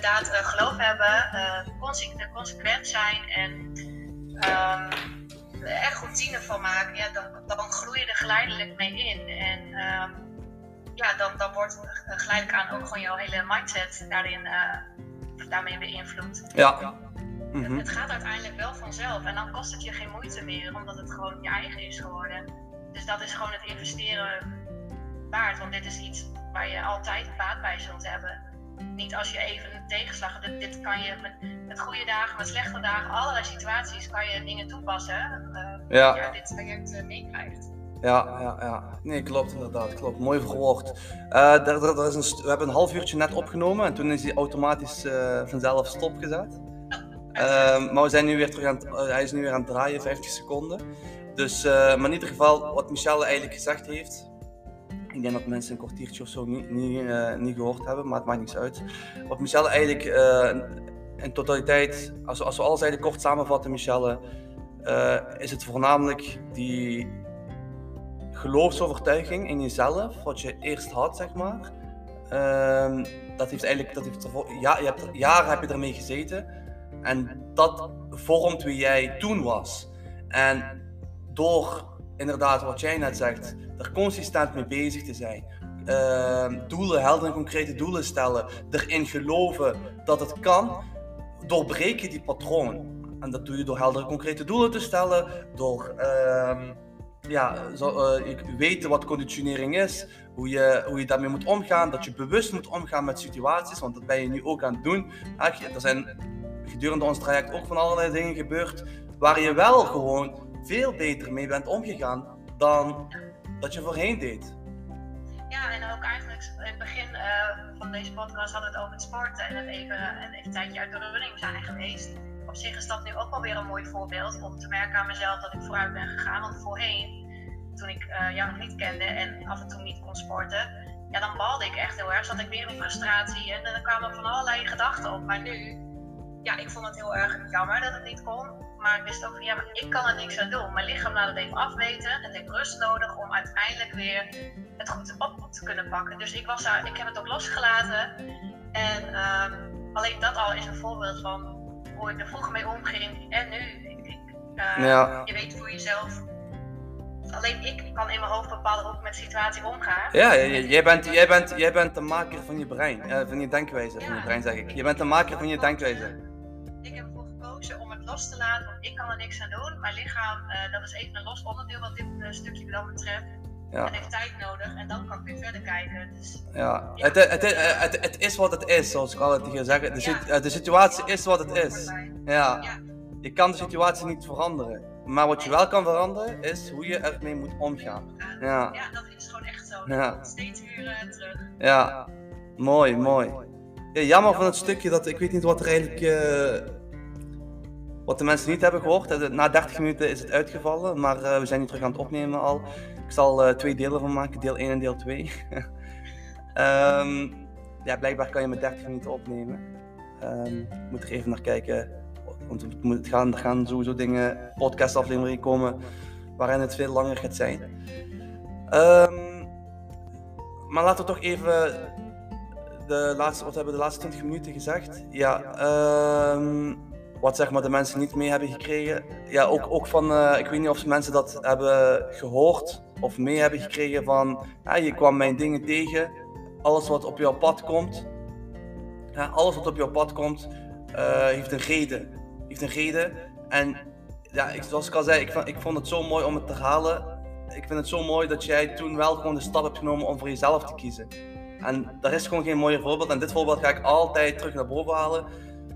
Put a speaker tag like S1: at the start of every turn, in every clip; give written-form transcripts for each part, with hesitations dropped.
S1: inderdaad geloof hebben, consequent zijn en er echt routine van maken, ja, dan groei je er geleidelijk mee in. En dan wordt geleidelijk aan ook gewoon jouw hele mindset daarmee beïnvloed.
S2: Ja.
S1: Het gaat uiteindelijk wel vanzelf en dan kost het je geen moeite meer, omdat het gewoon je eigen is geworden. Dus dat is gewoon het investeren waard, want dit is iets waar je altijd baat bij zult hebben. Niet als je even een tegenslag hebt. Dit kan je met goede dagen, met slechte dagen, allerlei situaties kan je dingen toepassen. Dit traject meekrijgt.
S2: Ja. Nee, klopt inderdaad. Klopt. Mooi verwoord. We hebben een half uurtje net opgenomen en toen is hij automatisch vanzelf stopgezet. Maar we zijn nu weer hij is nu weer aan het draaien, 50 seconden. Dus, maar in ieder geval, wat Michelle eigenlijk gezegd heeft. Ik denk dat mensen een kwartiertje of zo niet gehoord hebben, maar het maakt niks uit. Wat Michelle eigenlijk in totaliteit, als we alles eigenlijk kort samenvatten, Michelle, is het voornamelijk die geloofsovertuiging in jezelf, wat je eerst had, zeg maar. Jaren heb je ermee gezeten en dat vormt wie jij toen was. En door, inderdaad, wat jij net zegt, er consistent mee bezig te zijn, helder en concrete doelen stellen, erin geloven dat het kan, doorbreek je die patroon. En dat doe je door heldere concrete doelen te stellen, door weten wat conditionering is, hoe je daarmee moet omgaan, dat je bewust moet omgaan met situaties, want dat ben je nu ook aan het doen. Er zijn gedurende ons traject ook van allerlei dingen gebeurd waar je wel gewoon veel beter mee bent omgegaan dan dat je voorheen deed.
S1: Ja, en ook eigenlijk in het begin van deze podcast hadden we het over het sporten en even een tijdje uit de running zijn geweest. Op zich is dat nu ook wel weer een mooi voorbeeld om te merken aan mezelf dat ik vooruit ben gegaan. Want voorheen, toen ik jou nog niet kende en af en toe niet kon sporten, ja, dan balde ik echt heel erg. Zat ik weer in frustratie en dan kwamen van allerlei gedachten op. Maar nu, ja, ik vond het heel erg jammer dat het niet kon. Maar ik wist ook van, ja, maar ik kan er niks aan doen. Mijn lichaam laat het even afweten. Het heeft rust nodig om uiteindelijk weer het goed op te kunnen pakken. Dus ik heb het ook losgelaten. En alleen dat al is een voorbeeld van hoe ik er vroeger mee omging en nu. Je weet voor jezelf. Alleen ik kan in mijn hoofd bepalen hoe ik met de situatie omga.
S2: Ja, jij bent de maker van je brein. Van je denkwijze, van je brein zeg ik. Je bent de maker van je denkwijze.
S1: Ik heb ervoor gekozen om het los te laten, want ik kan er niks aan doen. Mijn lichaam, dat is even een los onderdeel wat dit stukje dan betreft.
S2: Ja.
S1: Het heeft tijd nodig en dan kan ik weer verder kijken. Dus,
S2: Het is wat het is, zoals ik altijd tegen zeggen. De situatie is wat het is. Ja. Je kan de situatie niet veranderen. Maar wat je wel kan veranderen, is hoe je ermee moet omgaan.
S1: Ja, dat is gewoon echt zo. Dat komt steeds weer terug.
S2: Ja, mooi. Ja, jammer van het stukje dat ik weet niet wat er eigenlijk... wat de mensen niet hebben gehoord. Na 30 minuten is het uitgevallen, maar we zijn nu terug aan het opnemen al. Ik zal 2 delen van maken, deel 1 en deel 2. Blijkbaar kan je met 30 minuten opnemen. Ik moet er even naar kijken. Want er gaan sowieso podcastafleveringen komen waarin het veel langer gaat zijn. Maar laten we toch even wat hebben we de laatste 20 minuten gezegd? Ja, wat zeg maar de mensen niet mee hebben gekregen. Ja, ook van, ik weet niet of mensen dat hebben gehoord of mee hebben gekregen van, je kwam mijn dingen tegen, alles wat op jouw pad komt. Alles wat op jouw pad komt, heeft een reden. En ja, zoals ik al zei, ik vond het zo mooi om het te herhalen. Ik vind het zo mooi dat jij toen wel gewoon de stap hebt genomen om voor jezelf te kiezen. En daar is gewoon geen mooier voorbeeld. En dit voorbeeld ga ik altijd terug naar boven halen.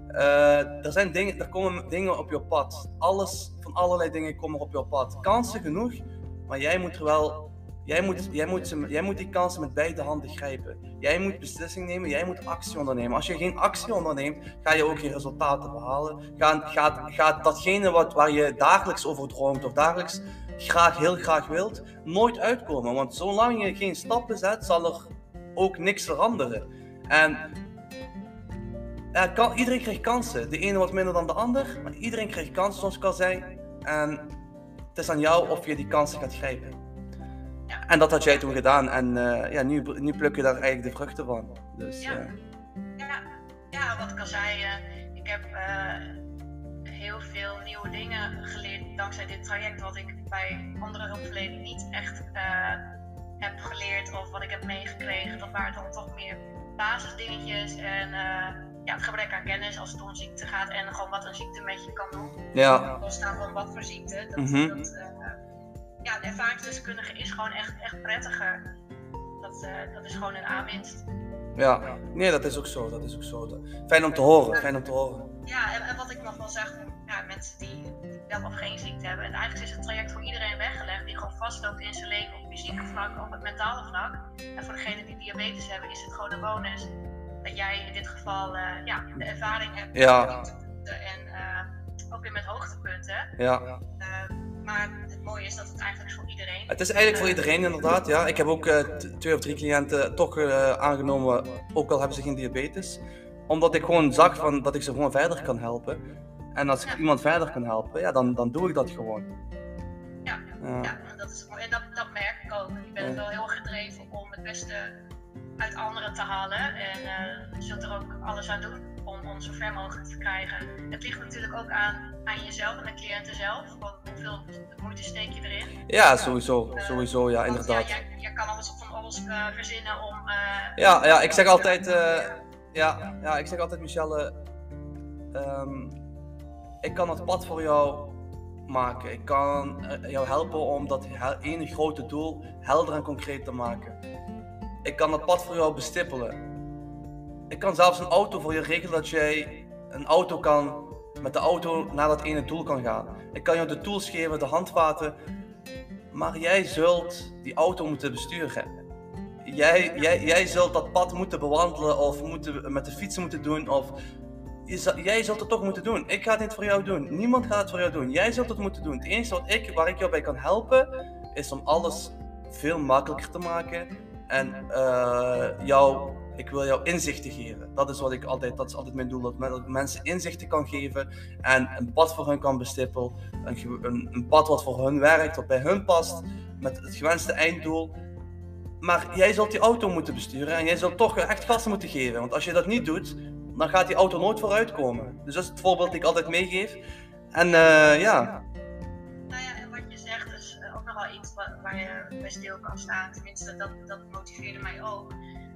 S2: Er komen dingen op je pad. Van allerlei dingen komen op je pad. Kansen genoeg, maar jij moet die kansen met beide handen grijpen. Jij moet beslissing nemen, jij moet actie ondernemen. Als je geen actie onderneemt, ga je ook geen resultaten behalen. Gaat datgene waar je dagelijks over droomt of dagelijks heel graag wilt, nooit uitkomen. Want zolang je geen stappen zet, zal er ook niks veranderen. En iedereen krijgt kansen. De ene wat minder dan de ander, maar iedereen krijgt kansen, zoals ik al zei. En het is aan jou of je die kansen gaat grijpen. En dat had jij toen gedaan en nu pluk je daar eigenlijk de vruchten van. Dus,
S1: Ja, wat ik al zei, ik heb heel veel nieuwe dingen geleerd dankzij dit traject, wat ik bij andere hulpverleners niet echt heb geleerd of wat ik heb meegekregen. Dat waren dan toch meer basisdingetjes en het gebrek aan kennis als het om ziekte gaat en gewoon wat een ziekte met je kan doen.
S2: Ja.
S1: Losstaan van wat voor ziekte. De ervaringsdeskundige is gewoon echt prettiger. Dat is gewoon een aanwinst.
S2: Ja, nee, dat is ook zo. Fijn om te horen,
S1: Ja, en wat ik nog wel zeg, mensen die wel of geen ziekte hebben. En eigenlijk is het traject voor iedereen weggelegd die gewoon vastloopt in zijn leven op fysieke vlak, op het mentale vlak. En voor degenen die diabetes hebben, is het gewoon een bonus dat jij in dit geval de ervaring hebt met dieptepunten en ook weer met hoogtepunten.
S2: Ja.
S1: Maar het mooie is dat het eigenlijk is voor iedereen.
S2: Het is eigenlijk voor iedereen inderdaad, ja. Ik heb ook 2 of 3 cliënten toch aangenomen, ook al hebben ze geen diabetes. Omdat ik gewoon zag dat ik ze gewoon verder kan helpen. En als ik iemand verder kan helpen, ja, dan doe ik dat gewoon.
S1: Ja, dat is mooi. En dat merk ik ook. Ik ben wel heel gedreven om het beste uit anderen te halen. En je zult er ook alles aan doen om ons zo ver mogelijk te krijgen. Het ligt natuurlijk ook aan jezelf en de cliënten zelf. Hoeveel moeite steek je erin?
S2: Ja, sowieso, ja, inderdaad.
S1: Jij kan alles verzinnen om...
S2: ik zeg altijd... ik zeg altijd, Michelle... ik kan het pad voor jou maken. Ik kan jou helpen om dat ene grote doel helder en concreet te maken. Ik kan het pad voor jou bestippelen. Ik kan zelfs een auto voor je regelen dat jij met de auto naar dat ene doel kan gaan. Ik kan jou de tools geven, de handvaten. Maar jij zult die auto moeten besturen. Jij zult dat pad moeten bewandelen of met de fiets moeten doen. Of jij zult het toch moeten doen. Ik ga het niet voor jou doen. Niemand gaat het voor jou doen. Jij zult het moeten doen. Het enige waar ik jou bij kan helpen, is om alles veel makkelijker te maken. En ik wil jou inzichten geven. Dat is altijd mijn doel. Dat ik mensen inzichten kan geven en een pad voor hun kan bestippelen. Een pad wat voor hun werkt, wat bij hun past, met het gewenste einddoel. Maar jij zult die auto moeten besturen en jij zult toch echt gas moeten geven. Want als je dat niet doet, dan gaat die auto nooit vooruit komen. Dus dat is het voorbeeld dat ik altijd meegeef. En
S1: Nou ja, en wat je zegt is ook nog wel iets waar je bij stil kan staan. Tenminste, dat motiveerde mij ook.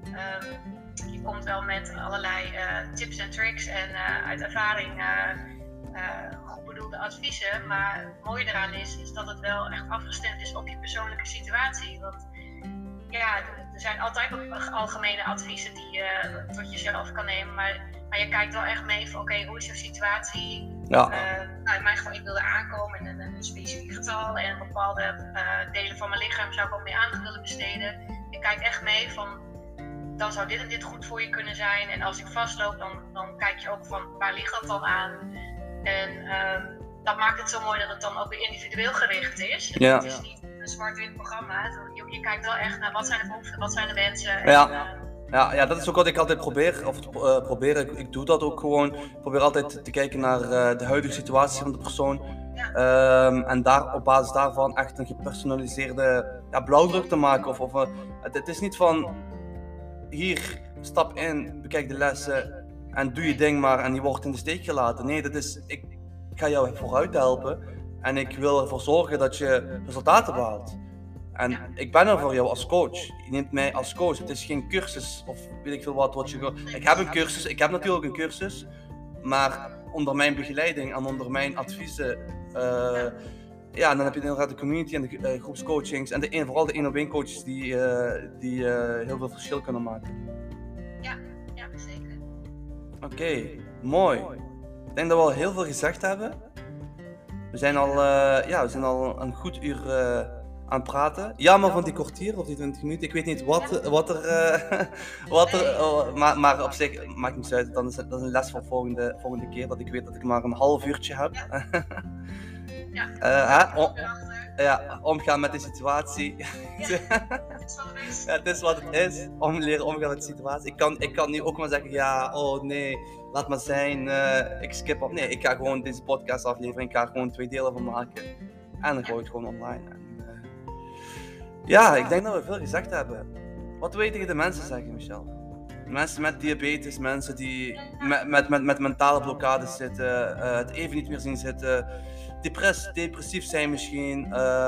S1: Je komt wel met allerlei tips en tricks en uit ervaring goed bedoelde adviezen. Maar het mooie eraan is dat het wel echt afgestemd is op je persoonlijke situatie. Want ja, er zijn altijd ook algemene adviezen die je tot jezelf kan nemen. Maar je kijkt wel echt mee van oké, hoe is jouw situatie?
S2: Ja.
S1: In mijn geval, ik wilde aankomen in een specifiek getal. En bepaalde delen van mijn lichaam zou ik ook meer aandacht willen besteden. Je kijkt echt mee van dan zou dit en dit goed voor je kunnen zijn. En als ik vastloop, dan kijk je ook van waar ligt dat dan aan. En dat maakt het zo mooi dat het dan ook weer individueel gericht is.
S2: Ja.
S1: Het is niet een zwart-wit programma. Je kijkt wel echt naar wat zijn de behoeften, wat zijn de wensen.
S2: Ja, dat is ook wat ik altijd probeer. Ik doe dat ook gewoon. Ik probeer altijd te kijken naar de huidige situatie van de persoon. Ja. En op basis daarvan echt een gepersonaliseerde blauwdruk te maken. Het is niet van hier, stap in, bekijk de lessen en doe je ding maar en je wordt in de steek gelaten. Nee, ik ga jou vooruit helpen en ik wil ervoor zorgen dat je resultaten behaalt. En ik ben er voor jou als coach. Je neemt mij als coach. Het is geen cursus of weet ik veel wat je... Ik heb een cursus, ik heb natuurlijk een cursus, maar onder mijn begeleiding en onder mijn adviezen, dan heb je inderdaad de community en de groepscoachings en vooral de 1-op-1 coaches die heel veel verschil kunnen maken.
S1: Ja, zeker.
S2: Oké, mooi. Ik denk dat we al heel veel gezegd hebben. We zijn al een goed uur aan het praten. Jammer van die kwartier of die 20 minuten. Ik weet niet maar op zich maakt niet uit. Dat is een les voor volgende keer, dat ik weet dat ik maar een half uurtje heb. Omgaan met de situatie. Het is wat het is. Leren omgaan met de situatie. Ik kan nu ook maar zeggen, laat maar zijn. Ik skip op. Nee, ik ga gewoon deze podcast afleveren. Ik ga gewoon 2 delen van maken. En dan gooi ik het gewoon online. Ik denk dat we veel gezegd hebben. Wat wil je tegen de mensen zeggen, Michelle? Mensen met diabetes, mensen die met mentale blokkades zitten, het even niet meer zien zitten, depressief zijn misschien,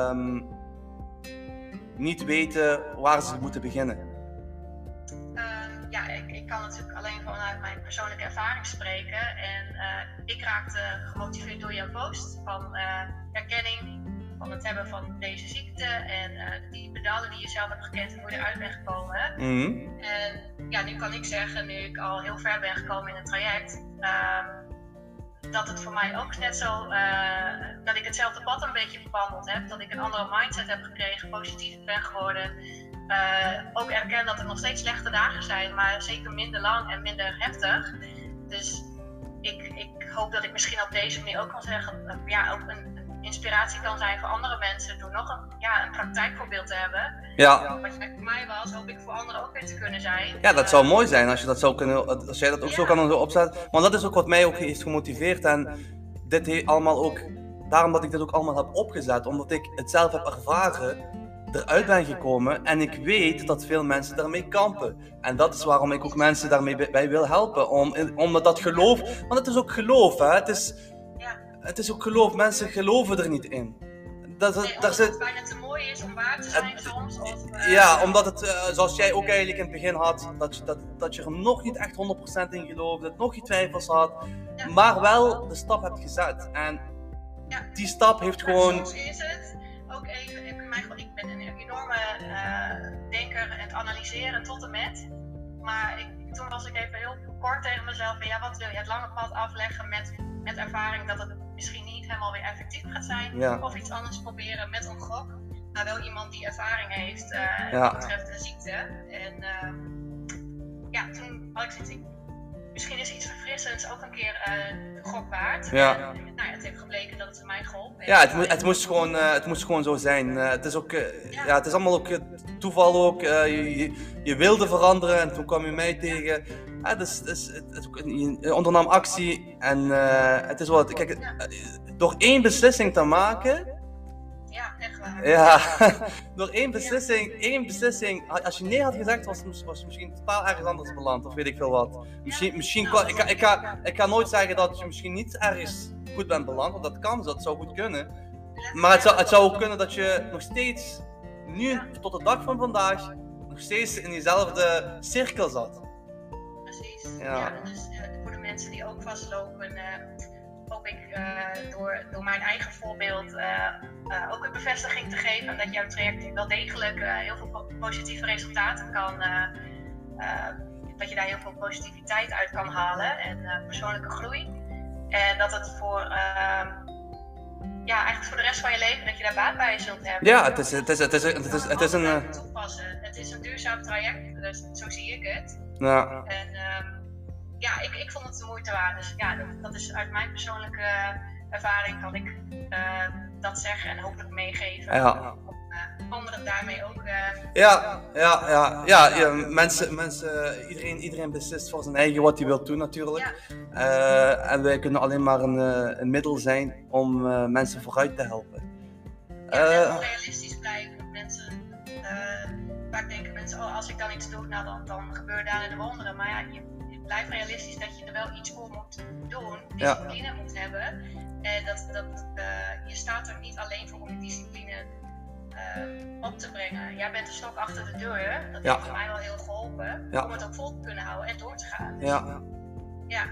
S2: niet weten waar ze moeten beginnen.
S1: Ja, ik kan natuurlijk alleen vanuit mijn persoonlijke ervaring spreken. En ik raakte gemotiveerd door jouw post van herkenning van het hebben van deze ziekte en die pedalen die je zelf hebt gekend en hoe je eruit bent gekomen. En ja, nu kan ik zeggen, nu ik al heel ver ben gekomen in het traject, dat het voor mij ook net zo, dat ik hetzelfde pad een beetje bewandeld heb, dat ik een andere mindset heb gekregen, positief ben geworden. Ook erken dat er nog steeds slechte dagen zijn, maar zeker minder lang en minder heftig. Dus ik hoop dat ik misschien op deze manier ook kan zeggen, ook een inspiratie kan zijn voor andere mensen door nog een praktijkvoorbeeld te hebben.
S2: Ja.
S1: Wat je voor mij was, hoop ik voor anderen ook weer te kunnen zijn.
S2: Ja, dat zou mooi zijn als je dat zou kunnen, als jij dat ook zo kan opzetten. Want dat is ook wat mij ook heeft gemotiveerd en dit heeft allemaal ook, daarom dat ik dit ook allemaal heb opgezet, omdat ik het zelf heb ervaren, eruit ben gekomen en ik weet dat veel mensen daarmee kampen. En dat is waarom ik ook mensen daarmee bij wil helpen, omdat dat geloof, want het is ook geloof, hè? Het is ook geloof, mensen geloven er niet in.
S1: Omdat het bijna te mooi is om waar te zijn soms.
S2: Ja, omdat het, zoals jij ook eigenlijk in het begin had, dat je er nog niet echt 100% in geloofde, nog je twijfels had, maar wel de stap hebt gezet. En die stap heeft gewoon...
S1: Soms is het ook even, ik ben een enorme denker en het analyseren tot en met. Maar toen was ik even heel kort tegen mezelf van wat wil je het lange pad afleggen met ervaring dat het misschien niet helemaal weer effectief gaat zijn.
S2: Ja.
S1: Of iets anders proberen met een gok. Maar wel iemand die ervaring heeft wat betreft de ziekte. En toen had ik zoiets, misschien is iets verfrissends ook een keer de gok waard.
S2: Ja.
S1: En, het heeft gebleken dat het voor mij geholpen
S2: Ja,
S1: heeft.
S2: het moest gewoon zo zijn. Het is ook, het is allemaal ook toeval ook. Je wilde veranderen en toen kwam je mij tegen. Je ondernam actie en het is wat. Kijk, door één beslissing te maken.
S1: Ja, echt waar.
S2: Ja, door één beslissing. Als je nee had gezegd, was je misschien totaal ergens anders beland of weet ik veel wat. Ik ga nooit zeggen dat je misschien niet ergens goed bent beland, want dat kan, dat zou goed kunnen. Maar het zou ook kunnen dat je nog steeds, nu tot de dag van vandaag, nog steeds in diezelfde cirkel zat.
S1: Precies. Ja, dus voor de mensen die ook vastlopen, hoop ik door mijn eigen voorbeeld ook een bevestiging te geven dat jouw traject wel degelijk heel veel positieve resultaten kan, dat je daar heel veel positiviteit uit kan halen en persoonlijke groei. En dat het eigenlijk voor de rest van je leven dat je daar baat bij zult hebben.
S2: Ja, het is een...
S1: toepassen. Het is een duurzaam traject, dus zo zie ik het.
S2: Ja.
S1: En ik vond het de moeite waard. Dus dat is uit mijn persoonlijke ervaring kan ik dat zeggen en hopelijk meegeven.
S2: Ja.
S1: Om anderen daarmee ook...
S2: Mensen, iedereen beslist voor zijn eigen wat hij wil doen natuurlijk. Ja. En wij kunnen alleen maar een middel zijn om mensen vooruit te helpen.
S1: En realistisch blijven. Mensen, vaak denken mensen, als ik dan iets doe, dan gebeuren daar de wonderen. Maar je blijft realistisch dat je er wel iets voor moet doen, discipline moet hebben. En je staat er niet alleen voor om die discipline op te brengen. Jij bent de stok achter de deur. Dat heeft voor mij wel heel geholpen om het ook vol te kunnen houden en door te gaan. Dus, ja.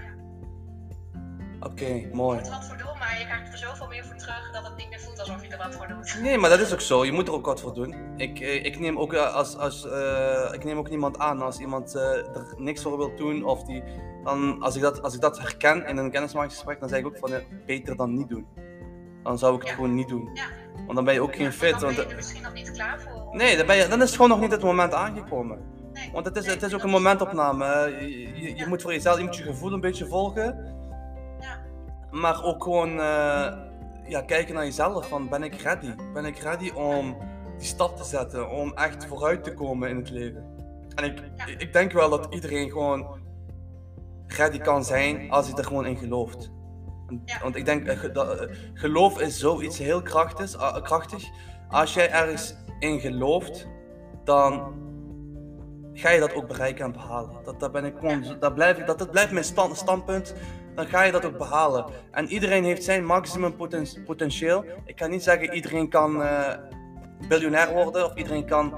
S2: Oké, mooi.
S1: Je moet er wat voor doen, maar je krijgt er zoveel meer voor terug dat het niet meer voelt alsof je er wat voor doet.
S2: Nee, maar dat is ook zo. Je moet er ook wat voor doen. Ik neem ook ik neem ook niemand aan als iemand er niks voor wil doen of die dan als ik dat herken in een kennismakingsgesprek, dan zeg ik ook van beter dan niet doen. Dan zou ik het gewoon niet doen. Ja. Want dan ben je ook geen fit.
S1: Dan ben je er misschien nog niet klaar voor.
S2: Nee, dan is het gewoon nog niet het moment aangekomen. Nee, want het is ook een momentopname. Je moet voor jezelf, je moet je gevoel een beetje volgen. Ja. Maar ook gewoon kijken naar jezelf. Van, ben ik ready? Ben ik ready om die stap te zetten? Om echt vooruit te komen in het leven? En ik denk wel dat iedereen gewoon ready kan zijn als hij er gewoon in gelooft. Want ik denk, geloof is zoiets heel krachtig. Als jij ergens in gelooft, dan ga je dat ook bereiken en behalen. Dat ben ik gewoon, dat blijft mijn standpunt. Dan ga je dat ook behalen. En iedereen heeft zijn maximum potentieel. Ik kan niet zeggen iedereen kan biljonair worden of iedereen kan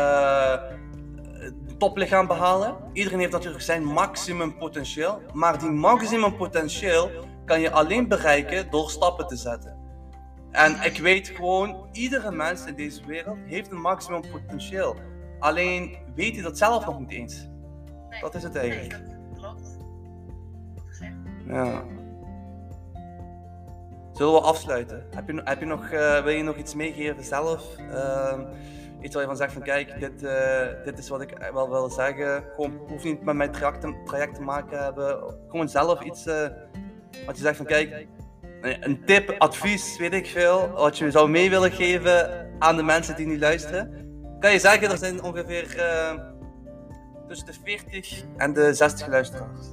S2: toplichaam behalen. Iedereen heeft natuurlijk zijn maximum potentieel. Maar die maximum potentieel kan je alleen bereiken door stappen te zetten. En ik weet gewoon, iedere mens in deze wereld heeft een maximum potentieel. Alleen weet hij dat zelf nog niet eens.
S1: Nee,
S2: dat is het eigenlijk.
S1: Nee, dat klopt. Goed gezegd.
S2: Ja. Zullen we afsluiten? Wil je nog iets meegeven zelf? Iets waar je van zegt van kijk, dit is wat ik wel wil zeggen. Gewoon, hoeft niet met mijn traject te maken hebben. Gewoon zelf iets wat je zegt van kijk, een tip, advies, weet ik veel, wat je zou mee willen geven aan de mensen die nu luisteren. Kan je zeggen, er zijn ongeveer tussen de 40 en de 60 luisteraars.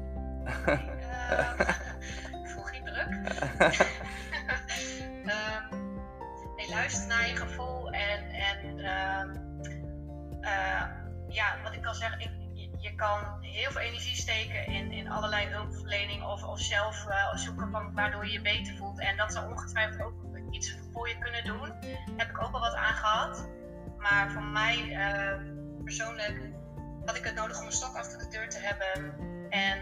S1: Ik voel geen druk. Nee, luister naar je gevoel en ja, wat ik kan zeggen, je kan heel veel energie steken in allerlei hulpverlening of zelf zoeken van waardoor je je beter voelt. En dat zou ongetwijfeld ook iets voor je kunnen doen. Daar heb ik ook wel wat aan gehad. Maar voor mij persoonlijk had ik het nodig om een stok achter de deur te hebben. En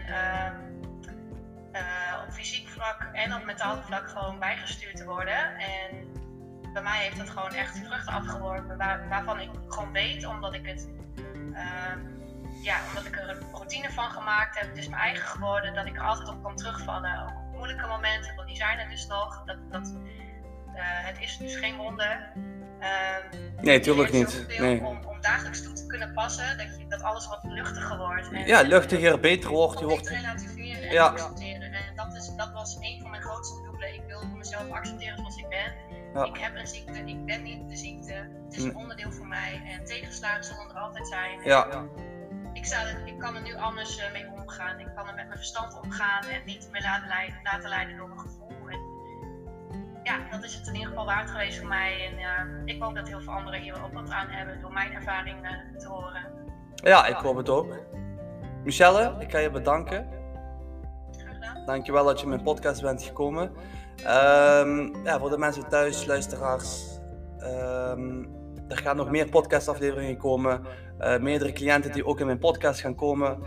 S1: op fysiek vlak en op mentaal vlak gewoon bijgestuurd te worden. En bij mij heeft dat gewoon echt vruchten afgeworpen waarvan ik gewoon weet, omdat ik het omdat ik er een routine van gemaakt heb. Het is mijn eigen geworden, dat ik er altijd op kan terugvallen. Ook op moeilijke momenten, want die zijn er dus nog. Het is dus geen wonder.
S2: Nee, tuurlijk niet. Nee.
S1: Om dagelijks toe te kunnen passen, dat alles wat luchtiger wordt. En,
S2: ja, luchtiger, beter wordt. Je wordt
S1: relativeren en accepteren. En dat was een van mijn grootste doelen. Ik wil mezelf accepteren zoals ik ben. Ja. Ik heb een ziekte, ik ben niet de ziekte. Het is een onderdeel van mij en tegenslagen zullen er altijd zijn.
S2: Ja.
S1: Ik kan er nu anders mee omgaan. Ik kan er met mijn verstand omgaan en niet meer laten leiden door mijn gevoel. En ja, dat is het in ieder geval waard geweest voor mij. En ik hoop dat heel veel anderen hier ook wat aan hebben door mijn ervaringen te horen.
S2: Ja, ik hoop het ook. Michelle, ik ga je bedanken.
S1: Graag gedaan.
S2: Dankjewel dat je in mijn podcast bent gekomen. Voor de mensen thuis, luisteraars. Er gaan nog meer podcastafleveringen komen. Meerdere cliënten die ook in mijn podcast gaan komen.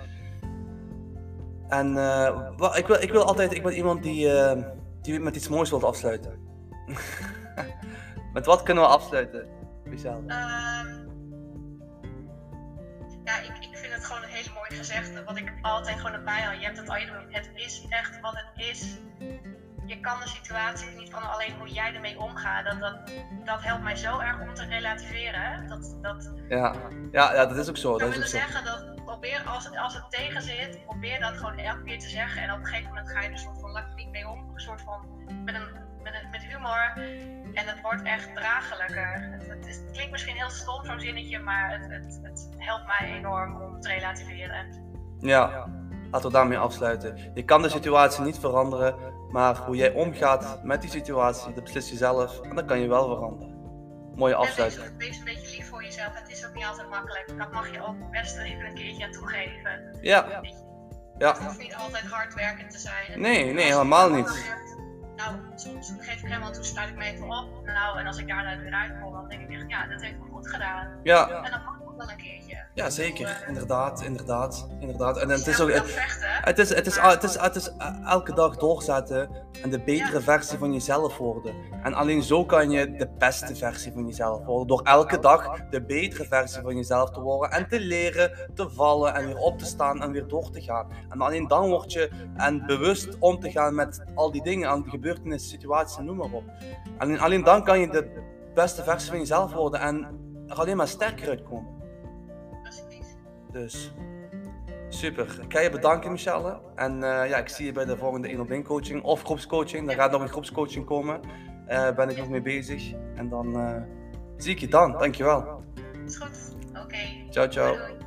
S2: En ik ben iemand die met iets moois wil afsluiten. Met wat kunnen we afsluiten, Michelle?
S1: Ik vind het gewoon een hele mooie gezegde. Wat ik altijd gewoon erbij haal. Je hebt het al eerder genoemd. Het is echt wat het is. Je kan de situatie niet van alleen hoe jij ermee omgaat. Dat helpt mij zo erg om te relativeren.
S2: Ja, dat is ook zo.
S1: Ik wil zeggen dat probeer als het tegen zit, probeer dat gewoon elke keer te zeggen. En op een gegeven moment ga je er soort van lachelijk mee om. Een soort van met humor. En het wordt echt draaglijker. Het klinkt misschien heel stom zo'n zinnetje, maar het helpt mij enorm om te relativeren.
S2: Ja, laten we daarmee afsluiten. Je kan de situatie niet veranderen, maar hoe jij omgaat met die situatie, dat beslis je zelf en dat kan je wel veranderen. Mooie afsluiting.
S1: Wees een beetje lief voor jezelf, het is ook niet altijd makkelijk. Dat mag je ook best even een keertje aan toegeven.
S2: Ja.
S1: Het hoeft niet altijd hard werken te zijn.
S2: Nee, helemaal niet.
S1: Soms geef ik helemaal toe, sluit ik me even op. En als ik daar weer uitkom, dan denk ik echt, ja, dat heeft me goed gedaan.
S2: Ja.
S1: En dan mag ik ook wel een keertje.
S2: Ja, zeker. Inderdaad. En het is ook. Het is elke dag doorzetten en de betere versie van jezelf worden. En alleen zo kan je de beste versie van jezelf worden. Door elke dag de betere versie van jezelf te worden en te leren, te vallen en weer op te staan en weer door te gaan. En alleen dan word je bewust om te gaan met al die dingen, aan de gebeurtenissen, situaties en noem maar op. En alleen dan kan je de beste versie van jezelf worden en er alleen maar sterker uitkomen. Dus, super. Ik ga je bedanken, Michelle. En ik zie je bij de volgende 1-op-1 coaching of groepscoaching. Er gaat nog een groepscoaching komen. Ben ik nog mee bezig. En dan zie ik je dan. Dankjewel.
S1: Is goed. Oké.
S2: Ciao, ciao.
S1: Doei.